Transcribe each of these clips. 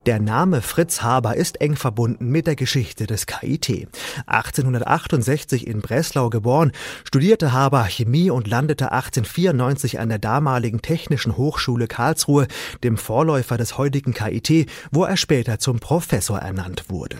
Der Name Fritz Haber ist eng verbunden mit der Geschichte des KIT. 1868 in Breslau geboren, studierte Haber Chemie und landete 1894 an der damaligen Technischen Hochschule Karlsruhe, dem Vorläufer des heutigen KIT, wo er später zum Professor ernannt wurde.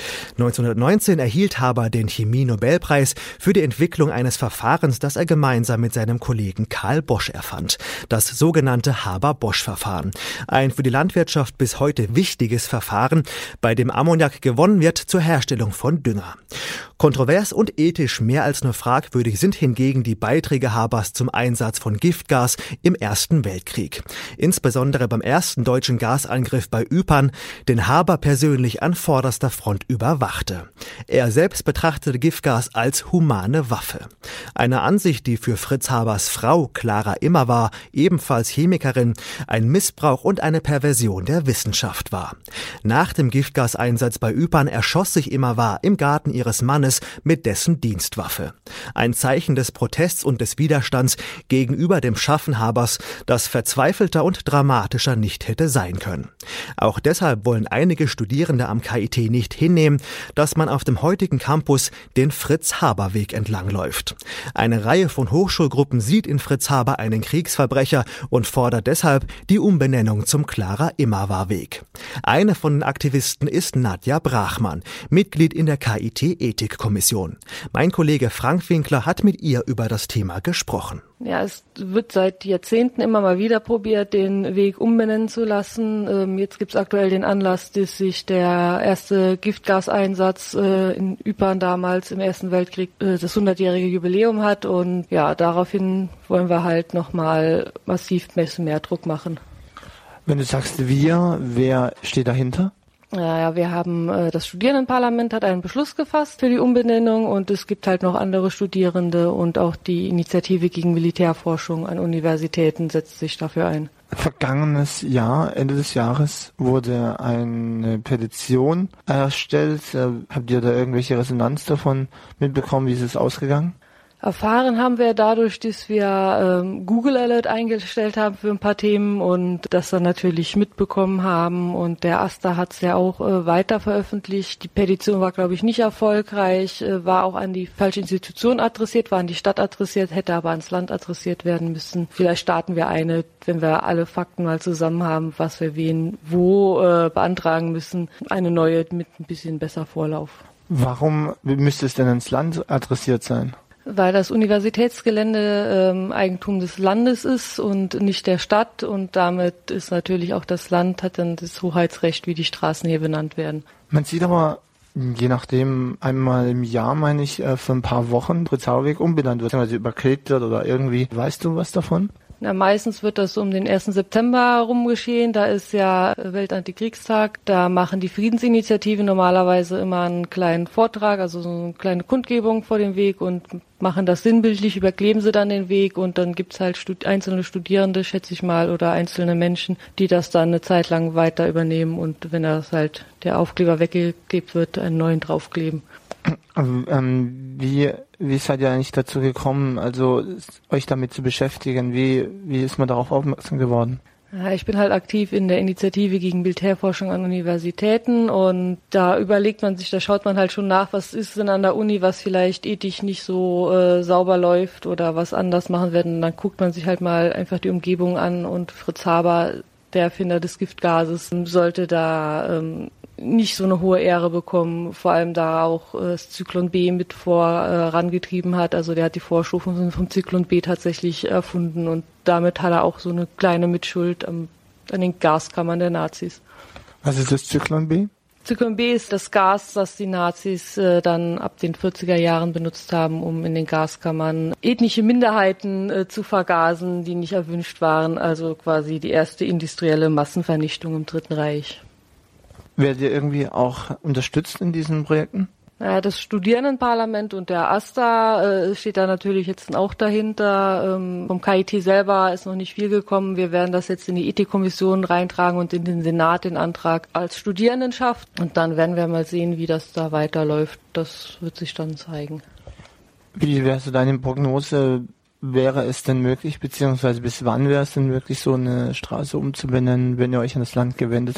1919 erhielt Haber den Chemie-Nobelpreis für die Entwicklung eines Verfahrens, das er gemeinsam mit seinem Kollegen Karl Bosch erfand. Das sogenannte Haber-Bosch-Verfahren. Ein für die Landwirtschaft bis heute wichtiges Verfahren, bei dem Ammoniak gewonnen wird zur Herstellung von Dünger. Kontrovers und ethisch mehr als nur fragwürdig sind hingegen die Beiträge Habers zum Einsatz von Giftgas im Ersten Weltkrieg. Insbesondere beim ersten deutschen Gasangriff bei Ypern, den Haber persönlich an vorderster Front überwachte. Er selbst betrachtete Giftgas als humane Waffe. Eine Ansicht, die für Fritz Habers Frau Clara Immer war, ebenfalls Chemikerin, ein Missbrauch und eine Perversion der Wissenschaft war. Nach dem Giftgaseinsatz bei Ypern erschoss sich Immer im Garten ihres Mannes mit dessen Dienstwaffe. Ein Zeichen des Protests und des Widerstands gegenüber dem Schaffen Habers, das verzweifelter und dramatischer nicht hätte sein können. Auch deshalb wollen einige Studierende am KIT nicht hinnehmen, dass man auf dem heutigen Campus den Fritz-Haber-Weg entlangläuft. Eine Reihe von Hochschulgruppen sieht in Fritz Haber einen Kriegsverbrecher und fordert deshalb die Umbenennung zum Clara-Immerwahr-Weg. Eine von den Aktivisten ist Nadja Brachmann, Mitglied in der KIT-Ethikkommission. Mein Kollege Frank Winkler hat mit ihr über das Thema gesprochen. Ja, es wird seit Jahrzehnten immer mal wieder probiert, den Weg umbenennen zu lassen. Jetzt gibt es aktuell den Anlass, dass sich der erste Giftgaseinsatz in Ypern damals im Ersten Weltkrieg das 100-jährige Jubiläum hat. Und ja, daraufhin wollen wir halt nochmal massiv mehr Druck machen. Wenn du sagst wir, wer steht dahinter? Ja, wir haben, das Studierendenparlament hat einen Beschluss gefasst für die Umbenennung und es gibt halt noch andere Studierende und auch die Initiative gegen Militärforschung an Universitäten setzt sich dafür ein. Vergangenes Jahr, Ende des Jahres, wurde eine Petition erstellt. Habt ihr da irgendwelche Resonanz davon mitbekommen? Wie ist es ausgegangen? Erfahren haben wir dadurch, dass wir Google Alert eingestellt haben für ein paar Themen und das dann natürlich mitbekommen haben. Und der AStA hat es ja auch weiter veröffentlicht. Die Petition war, glaube ich, nicht erfolgreich, war auch an die falsche Institution adressiert, war an die Stadt adressiert, hätte aber ans Land adressiert werden müssen. Vielleicht starten wir eine, wenn wir alle Fakten mal zusammen haben, was wir wen wo beantragen müssen, eine neue mit ein bisschen besser Vorlauf. Warum müsste es denn ans Land adressiert sein? Weil das Universitätsgelände Eigentum des Landes ist und nicht der Stadt und damit ist natürlich auch das Land hat dann das Hoheitsrecht, wie die Straßen hier benannt werden. Man sieht aber, je nachdem, einmal im Jahr, meine ich, für ein paar Wochen Fritz-Haber-Weg umbenannt wird, also überklebt wird oder irgendwie. Weißt du was davon? Na, meistens wird das um den 1. September herum geschehen. Da ist ja Weltantikriegstag. Da machen die Friedensinitiativen normalerweise immer einen kleinen Vortrag, also so eine kleine Kundgebung vor dem Weg und machen das sinnbildlich, überkleben sie dann den Weg und dann gibt's halt einzelne Studierende, schätze ich mal, oder einzelne Menschen, die das dann eine Zeit lang weiter übernehmen und wenn das halt der Aufkleber weggeklebt wird, einen neuen draufkleben. Wie seid ihr eigentlich dazu gekommen, also euch damit zu beschäftigen? Wie ist man darauf aufmerksam geworden? Ja, ich bin halt aktiv in der Initiative gegen Militärforschung an Universitäten und da überlegt man sich, da schaut man halt schon nach, was ist denn an der Uni, was vielleicht ethisch nicht so sauber läuft oder was anders machen werden. Und dann guckt man sich halt mal einfach die Umgebung an und Fritz Haber, der Erfinder des Giftgases, sollte da nicht so eine hohe Ehre bekommen, vor allem da auch das Zyklon B mit vorangetrieben hat. Also der hat die Vorstufen vom Zyklon B tatsächlich erfunden und damit hat er auch so eine kleine Mitschuld an den Gaskammern der Nazis. Was ist das Zyklon B? Zyklon B ist das Gas, das die Nazis dann ab den 40er Jahren benutzt haben, um in den Gaskammern ethnische Minderheiten zu vergasen, die nicht erwünscht waren. Also quasi die erste industrielle Massenvernichtung im Dritten Reich. Werdet ihr irgendwie auch unterstützt in diesen Projekten? Ja, das Studierendenparlament und der AStA steht da natürlich jetzt auch dahinter. Vom KIT selber ist noch nicht viel gekommen. Wir werden das jetzt in die Ethikkommission reintragen und in den Senat den Antrag als Studierendenschaft. Und dann werden wir mal sehen, wie das da weiterläuft. Das wird sich dann zeigen. Wie wäre so deine Prognose? Wäre es denn möglich, beziehungsweise bis wann wäre es denn möglich, so eine Straße umzubenennen, wenn ihr euch an das Land gewendet habt?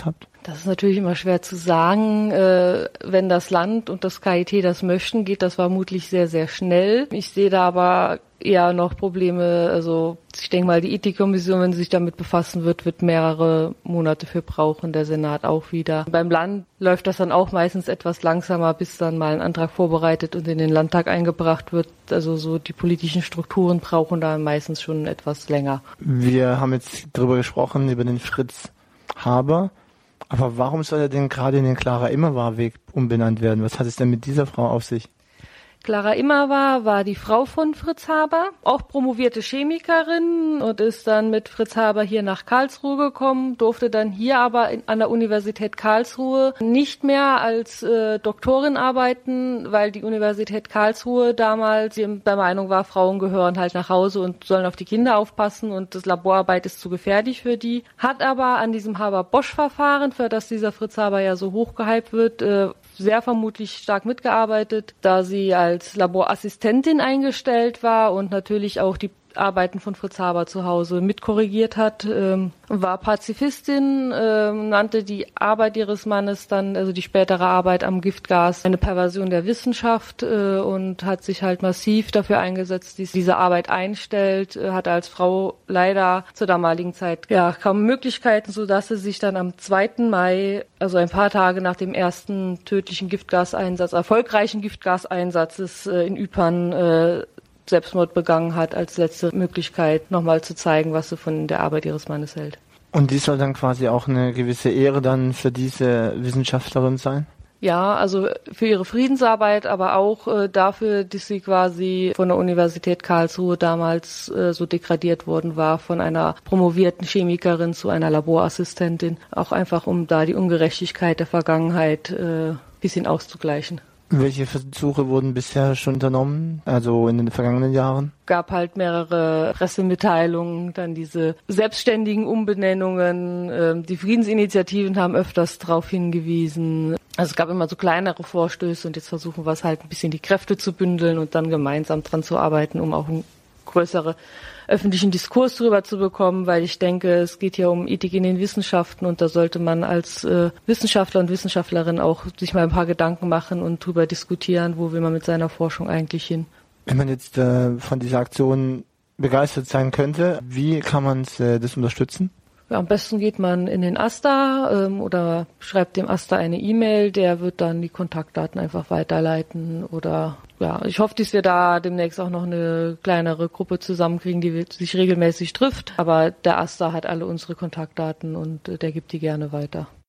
Das ist natürlich immer schwer zu sagen. Wenn das Land und das KIT das möchten, geht das vermutlich sehr, sehr schnell. Ich sehe da aber eher noch Probleme. Also ich denke mal, die Ethikkommission, wenn sie sich damit befassen wird mehrere Monate für brauchen, der Senat auch wieder. Beim Land läuft das dann auch meistens etwas langsamer, bis dann mal ein Antrag vorbereitet und in den Landtag eingebracht wird. Also so die politischen Strukturen brauchen da meistens schon etwas länger. Wir haben jetzt drüber gesprochen, über den Fritz Haber. Aber warum soll er denn gerade in den Clara-Immerwahr-Weg umbenannt werden? Was hat es denn mit dieser Frau auf sich? Clara Immerwahr war die Frau von Fritz Haber, auch promovierte Chemikerin und ist dann mit Fritz Haber hier nach Karlsruhe gekommen, durfte dann hier aber an der Universität Karlsruhe nicht mehr als Doktorin arbeiten, weil die Universität Karlsruhe damals der Meinung war, Frauen gehören halt nach Hause und sollen auf die Kinder aufpassen und das Laborarbeit ist zu gefährlich für die. Hat aber an diesem Haber-Bosch-Verfahren, für das dieser Fritz Haber ja so hochgehypt wird, sehr vermutlich stark mitgearbeitet, da sie als Laborassistentin eingestellt war und natürlich auch die Arbeiten von Fritz Haber zu Hause mitkorrigiert hat, war Pazifistin, nannte die Arbeit ihres Mannes dann, also die spätere Arbeit am Giftgas, eine Perversion der Wissenschaft und hat sich halt massiv dafür eingesetzt, dass diese Arbeit einstellt, hatte als Frau leider zur damaligen Zeit kaum Möglichkeiten, sodass sie sich dann am 2. Mai, also ein paar Tage nach dem ersten tödlichen Giftgaseinsatz, erfolgreichen Giftgaseinsatzes in Ypern, Selbstmord begangen hat, als letzte Möglichkeit nochmal zu zeigen, was sie von der Arbeit ihres Mannes hält. Und dies soll dann quasi auch eine gewisse Ehre dann für diese Wissenschaftlerin sein? Ja, also für ihre Friedensarbeit, aber auch dafür, dass sie quasi von der Universität Karlsruhe damals so degradiert worden war, von einer promovierten Chemikerin zu einer Laborassistentin. Auch einfach, um da die Ungerechtigkeit der Vergangenheit bisschen auszugleichen. Welche Versuche wurden bisher schon unternommen, also in den vergangenen Jahren? Gab halt mehrere Pressemitteilungen, dann diese selbstständigen Umbenennungen. Die Friedensinitiativen haben öfters darauf hingewiesen. Also es gab immer so kleinere Vorstöße und jetzt versuchen wir es halt ein bisschen die Kräfte zu bündeln und dann gemeinsam dran zu arbeiten, um auch einen größeren öffentlichen Diskurs drüber zu bekommen, weil ich denke, es geht hier um Ethik in den Wissenschaften und da sollte man als Wissenschaftler und Wissenschaftlerin auch sich mal ein paar Gedanken machen und drüber diskutieren, wo will man mit seiner Forschung eigentlich hin. Wenn man jetzt von dieser Aktion begeistert sein könnte, wie kann man das unterstützen? Ja, am besten geht man in den AStA oder schreibt dem AStA eine E-Mail, der wird dann die Kontaktdaten einfach weiterleiten oder ich hoffe, dass wir da demnächst auch noch eine kleinere Gruppe zusammenkriegen, die sich regelmäßig trifft, aber der AStA hat alle unsere Kontaktdaten und der gibt die gerne weiter.